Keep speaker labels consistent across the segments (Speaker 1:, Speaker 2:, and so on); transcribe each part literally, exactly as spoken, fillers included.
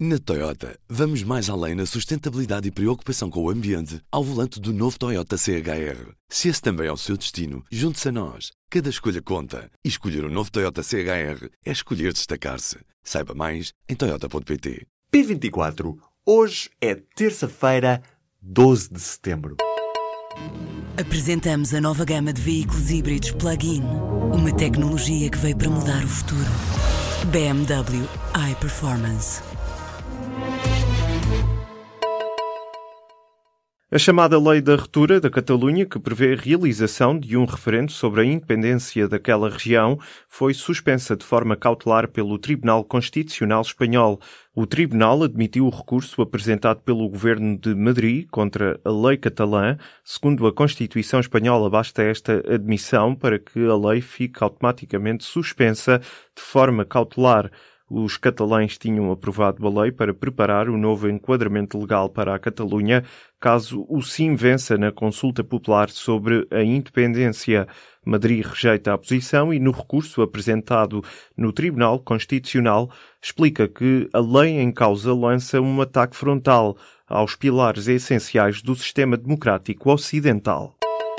Speaker 1: Na Toyota, vamos mais além na sustentabilidade e preocupação com o ambiente ao volante do novo Toyota C H R. Se esse também é o seu destino, junte-se a nós. Cada escolha conta. E escolher o novo Toyota C H R é escolher destacar-se. Saiba mais em toyota ponto pt.
Speaker 2: P vinte e quatro. Hoje é terça-feira, doze de setembro.
Speaker 3: Apresentamos a nova gama de veículos híbridos plug-in. Uma tecnologia que veio para mudar o futuro. B M W iPerformance.
Speaker 4: A chamada Lei da Ruptura da Catalunha, que prevê a realização de um referendo sobre a independência daquela região, foi suspensa de forma cautelar pelo Tribunal Constitucional Espanhol. O Tribunal admitiu o recurso apresentado pelo Governo de Madrid contra a lei catalã. Segundo a Constituição Espanhola, basta esta admissão para que a lei fique automaticamente suspensa de forma cautelar. Os catalães tinham aprovado a lei para preparar o novo enquadramento legal para a Catalunha, caso o sim vença na consulta popular sobre a independência. Madrid rejeita a posição e, no recurso apresentado no Tribunal Constitucional, explica que a lei em causa lança um ataque frontal aos pilares essenciais do sistema democrático ocidental.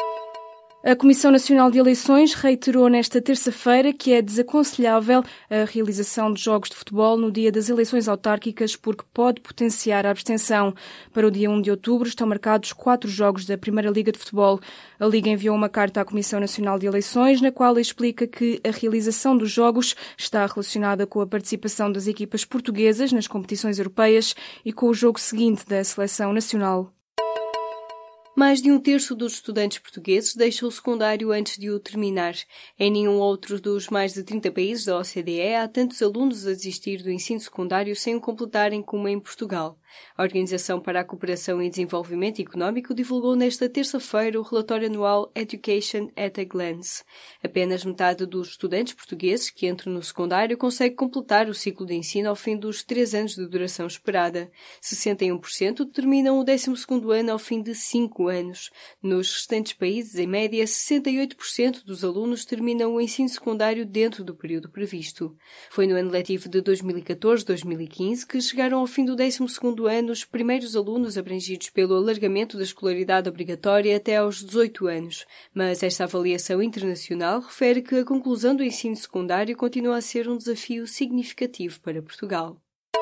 Speaker 5: A Comissão Nacional de Eleições reiterou nesta terça-feira que é desaconselhável a realização de jogos de futebol no dia das eleições autárquicas porque pode potenciar a abstenção. Para o dia primeiro de outubro estão marcados quatro jogos da Primeira Liga de Futebol. A Liga enviou uma carta à Comissão Nacional de Eleições na qual explica que a realização dos jogos está relacionada com a participação das equipas portuguesas nas competições europeias e com o jogo seguinte da Seleção Nacional.
Speaker 6: Mais de um terço dos estudantes portugueses deixa o secundário antes de o terminar. Em nenhum outro dos mais de trinta países da O C D E há tantos alunos a desistir do ensino secundário sem o completarem como em Portugal. A Organização para a Cooperação e Desenvolvimento Económico divulgou nesta terça-feira o relatório anual Education at a Glance. Apenas metade dos estudantes portugueses que entram no secundário consegue completar o ciclo de ensino ao fim dos três anos de duração esperada. sessenta e um por cento terminam o décimo segundo ano ao fim de cinco anos. Nos restantes países, em média, sessenta e oito por cento dos alunos terminam o ensino secundário dentro do período previsto. Foi no ano letivo de dois mil e catorze a dois mil e quinze que chegaram ao fim do décimo segundo ano os primeiros alunos abrangidos pelo alargamento da escolaridade obrigatória até aos dezoito anos. Mas esta avaliação internacional refere que a conclusão do ensino secundário continua a ser um desafio significativo para Portugal.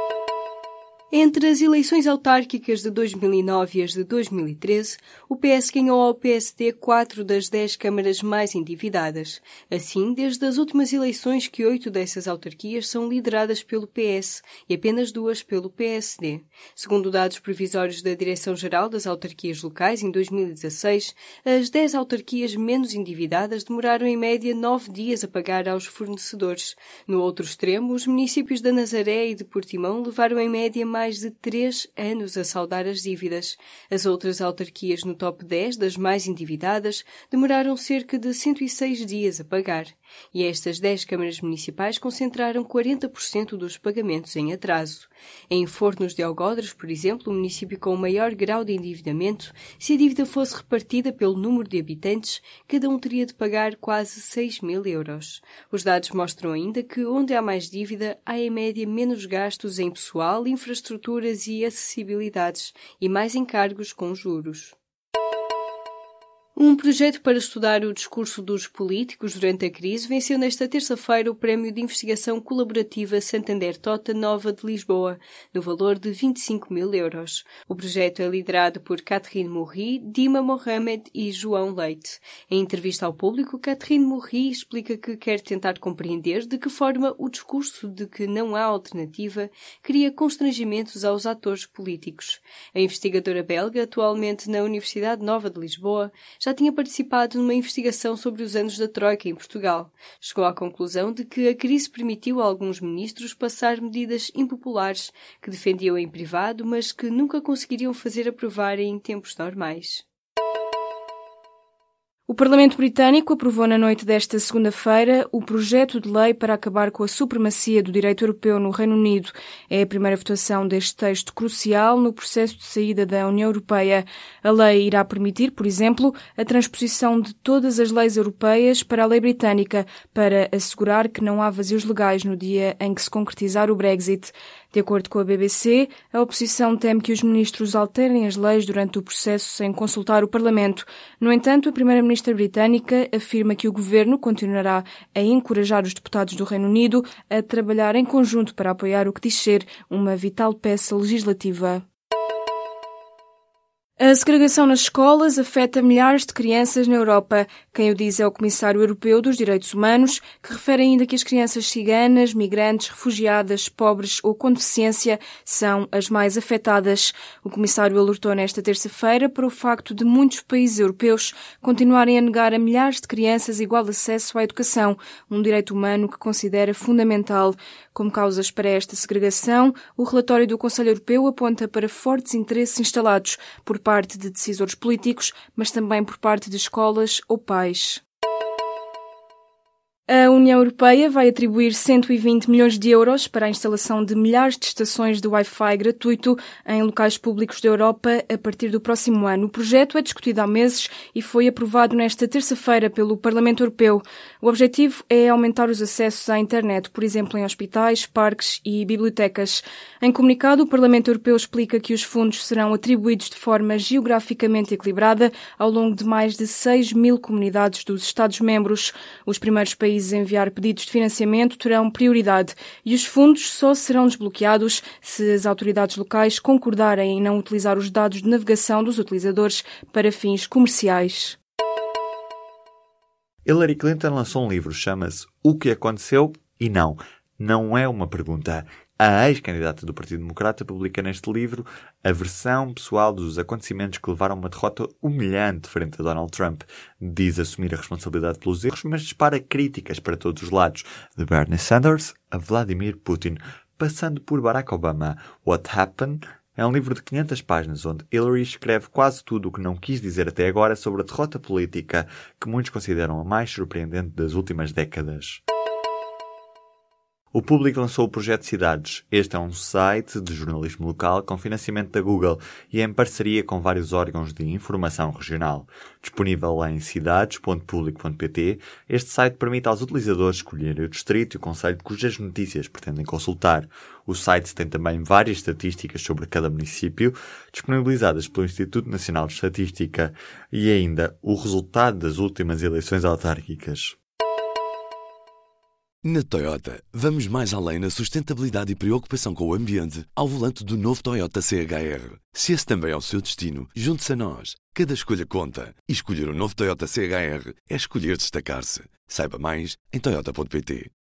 Speaker 6: Entre as eleições autárquicas de dois mil e nove e as de dois mil e treze, o P S ganhou ao P S D quatro das dez câmaras mais endividadas. Assim, desde as últimas eleições que oito dessas autarquias são lideradas pelo P S e apenas duas pelo P S D. Segundo dados provisórios da Direção-Geral das Autarquias Locais, em dois mil e dezasseis, as dez autarquias menos endividadas demoraram em média nove dias a pagar aos fornecedores. No outro extremo, os municípios da Nazaré e de Portimão levaram em média mais mais de três anos a saldar as dívidas. As outras autarquias no top dez das mais endividadas demoraram cerca de cento e seis dias a pagar. E estas dez câmaras municipais concentraram quarenta por cento dos pagamentos em atraso. Em Fornos de Algodres, por exemplo, o município com o maior grau de endividamento, se a dívida fosse repartida pelo número de habitantes, cada um teria de pagar quase seis mil euros. Os dados mostram ainda que onde há mais dívida, há em média menos gastos em pessoal, infraestruturas e acessibilidades, e mais encargos com juros. Um projeto para estudar o discurso dos políticos durante a crise venceu nesta terça-feira o Prémio de Investigação Colaborativa Santander Tota Nova de Lisboa, no valor de vinte e cinco mil euros. O projeto é liderado por Catherine Mourri, Dima Mohamed e João Leite. Em entrevista ao público, Catherine Mourri explica que quer tentar compreender de que forma o discurso de que não há alternativa cria constrangimentos aos atores políticos. A investigadora belga, atualmente na Universidade Nova de Lisboa, já tinha participado numa investigação sobre os anos da Troika em Portugal. Chegou à conclusão de que a crise permitiu a alguns ministros passar medidas impopulares que defendiam em privado, mas que nunca conseguiriam fazer aprovar em tempos normais.
Speaker 5: O Parlamento Britânico aprovou na noite desta segunda-feira o projeto de lei para acabar com a supremacia do direito europeu no Reino Unido. É a primeira votação deste texto crucial no processo de saída da União Europeia. A lei irá permitir, por exemplo, a transposição de todas as leis europeias para a lei britânica, para assegurar que não há vazios legais no dia em que se concretizar o Brexit. De acordo com a B B C, a oposição teme que os ministros alterem as leis durante o processo sem consultar o Parlamento. No entanto, a primeira-ministra britânica afirma que o governo continuará a encorajar os deputados do Reino Unido a trabalhar em conjunto para apoiar o que diz ser uma vital peça legislativa. A segregação nas escolas afeta milhares de crianças na Europa. Quem o diz é o Comissário Europeu dos Direitos Humanos, que refere ainda que as crianças ciganas, migrantes, refugiadas, pobres ou com deficiência são as mais afetadas. O Comissário alertou nesta terça-feira para o facto de muitos países europeus continuarem a negar a milhares de crianças igual acesso à educação, um direito humano que considera fundamental. Como causas para esta segregação, o relatório do Conselho Europeu aponta para fortes interesses instalados por parte de decisores políticos, mas também por parte de escolas ou pais. A União Europeia vai atribuir cento e vinte milhões de euros para a instalação de milhares de estações de Wi-Fi gratuito em locais públicos da Europa a partir do próximo ano. O projeto é discutido há meses e foi aprovado nesta terça-feira pelo Parlamento Europeu. O objetivo é aumentar os acessos à internet, por exemplo, em hospitais, parques e bibliotecas. Em comunicado, o Parlamento Europeu explica que os fundos serão atribuídos de forma geograficamente equilibrada ao longo de mais de seis mil comunidades dos Estados-membros. Os primeiros países a enviar pedidos de financiamento terão prioridade e os fundos só serão desbloqueados se as autoridades locais concordarem em não utilizar os dados de navegação dos utilizadores para fins comerciais.
Speaker 2: Hillary Clinton lançou um livro, chama-se O que Aconteceu e Não. Não é uma pergunta. A ex-candidata do Partido Democrata publica neste livro a versão pessoal dos acontecimentos que levaram a uma derrota humilhante frente a Donald Trump. Diz assumir a responsabilidade pelos erros, mas dispara críticas para todos os lados, de Bernie Sanders a Vladimir Putin, passando por Barack Obama. What Happened é um livro de quinhentas páginas, onde Hillary escreve quase tudo o que não quis dizer até agora sobre a derrota política, que muitos consideram a mais surpreendente das últimas décadas. O público lançou o projeto Cidades. Este é um site de jornalismo local com financiamento da Google e em parceria com vários órgãos de informação regional. Disponível em cidades ponto público ponto pt, este site permite aos utilizadores escolherem o distrito e o concelho cujas notícias pretendem consultar. O site tem também várias estatísticas sobre cada município, disponibilizadas pelo Instituto Nacional de Estatística, e ainda o resultado das últimas eleições autárquicas.
Speaker 1: Na Toyota, vamos mais além na sustentabilidade e preocupação com o ambiente ao volante do novo Toyota C H R. Se esse também é o seu destino, junte-se a nós. Cada escolha conta. E escolher o novo Toyota C H R é escolher destacar-se. Saiba mais em toyota ponto pt.